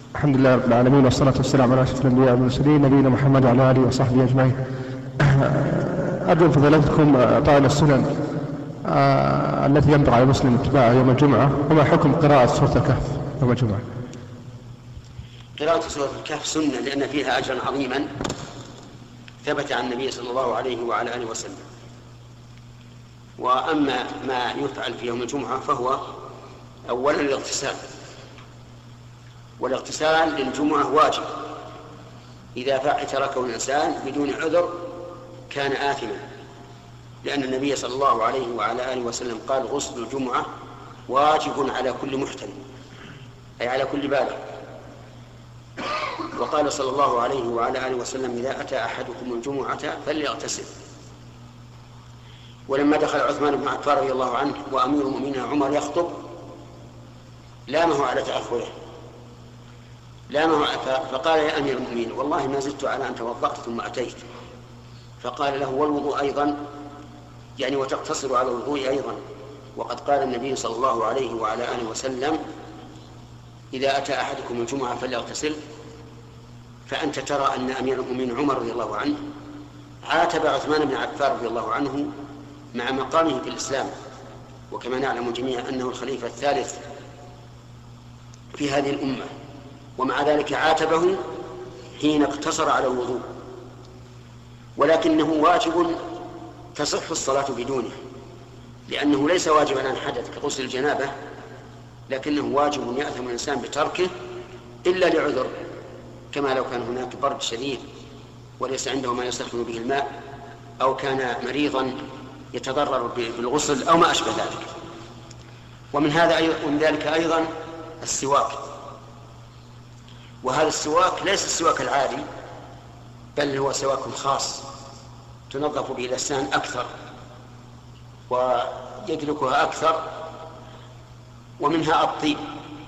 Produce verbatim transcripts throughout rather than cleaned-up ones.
الحمد لله رب العالمين، والصلاة والسلام على أشرف الأنبياء والمرسلين نبينا محمد وعلى آله وصحبه أجمعين. أرجو من فضيلتكم طائل السنن آه التي ينبغي على المسلم اتباعها يوم الجمعة، وما حكم قراءة سورة الكهف يوم الجمعة؟ قراءة سورة الكهف سنة لأن فيها أجرا عظيما ثبت عن النبي صلى الله عليه وعلى آله وسلم. وأما ما يفعل في يوم الجمعة فهو أولا الاغتسال، والاغتسال للجمعة واجب، إذا تركه الإنسان بدون عذر كان آثما، لأن النبي صلى الله عليه وعلى آله وسلم قال غسل الجمعة واجب على كل محترم، أي على كل بالغ. وقال صلى الله عليه وعلى آله وسلم إذا أتى أحدكم الجمعة فليغتسل. ولما دخل عثمان بن عفان رضي الله عنه وأمير المؤمنين عمر يخطب لامه على تأخره، لامه فقال يا أمير المؤمنين والله ما زدت على أن توضأت ثم أتيت. فقال له والوضوء أيضا، يعني وتقتصر على الوضوء أيضا، وقد قال النبي صلى الله عليه وعلى آله وسلم إذا أتى أحدكم الجمعة فليغتسل. فأنت ترى أن أمير المؤمنين عمر رضي الله عنه عاتب عثمان بن عفان رضي الله عنه مع مقامه في الإسلام، وكما نعلم جميعا أنه الخليفة الثالث في هذه الأمة، ومع ذلك عاتبه حين اقتصر على الوضوء، ولكنه واجب تصح الصلاة بدونه، لأنه ليس واجبا عن حدث كغسل الجنابة، لكنه واجب يأثم الإنسان بتركه إلا لعذر، كما لو كان هناك برد شديد وليس عنده ما يسخن به الماء، أو كان مريضا يتضرر بالغسل أو ما أشبه ذلك. ومن هذا ومن ذلك أيضا السواك، وهذا السواك ليس السواك العادي، بل هو سواك خاص تنظف به الأسنان أكثر ويدلكها أكثر. ومنها الطيب،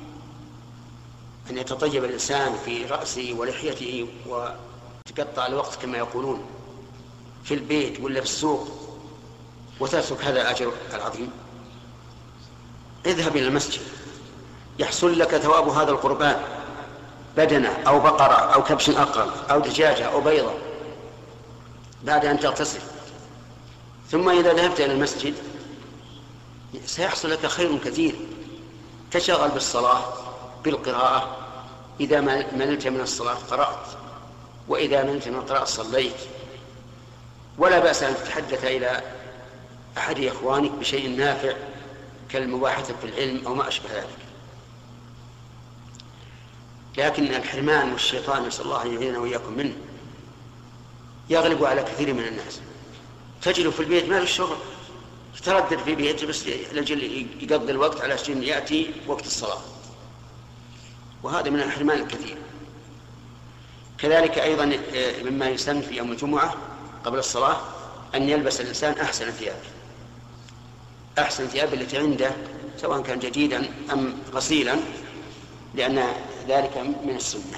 أن يتطيب الإنسان في رأسه ولحيته وتقطع الوقت كما يقولون في البيت ولا في السوق وتترك هذا الأجر العظيم. اذهب إلى المسجد يحصل لك ثواب هذا القربان، بدنة أو بقرة أو كبش أقرن أو دجاجة أو بيضة بعد أن تغتسل. ثم إذا ذهبت إلى المسجد سيحصل لك خير كثير، تشغل بالصلاة بالقراءة، إذا مللت من الصلاة قرأت، وإذا مللت من القراءة صليت. ولا بأس أن تتحدث إلى أحد إخوانك بشيء نافع كالمباحثة في العلم أو ما أشبه ذلك. لكن الحرمان والشيطان نسأل الله أن يعيذنا وإياكم منه يغلب على كثير من الناس. تجد في البيت ما في الشغل، يتردد في بيته بس لأجل يقضي الوقت على شيء يأتي وقت الصلاة، وهذا من الحرمان الكثير. كذلك أيضا مما يسن في يوم الجمعة قبل الصلاة أن يلبس الإنسان أحسن ثيابه، أحسن ثيابه التي عنده سواء كان جديدا أم غسيلا، لأن ذلك من السنة.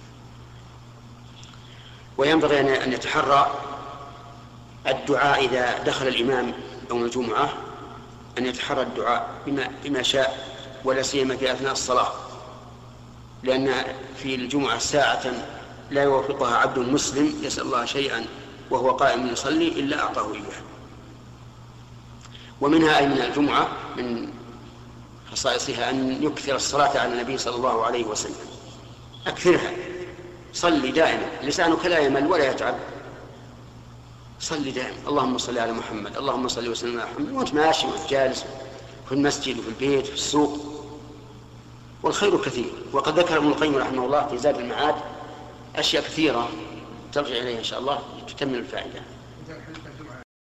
وينبغي أن يتحرى الدعاء إذا دخل الإمام يوم الجمعة، أن يتحرى الدعاء بما, بما شاء، ولا سيما في أثناء الصلاة، لأن في الجمعة ساعة لا يوافقها عبد مسلم يسأل الله شيئا وهو قائم يصلي إلا أعطاه إياه. ومنها أي من الجمعة من خصائصها أن يكثر الصلاة على النبي صلى الله عليه وسلم، أكثرها، صلي دائما، لسانك لا يمل ولا يتعب، صلي دائما اللهم صل على محمد، اللهم صل وسلم على محمد، وأنت ماشي وأنت جالس في المسجد وفي البيت في السوق، والخير كثير. وقد ذكر ابن القيم رحمه الله في زاد المعاد أشياء كثيرة ترجع إليها إن شاء الله تتمم الفائدة.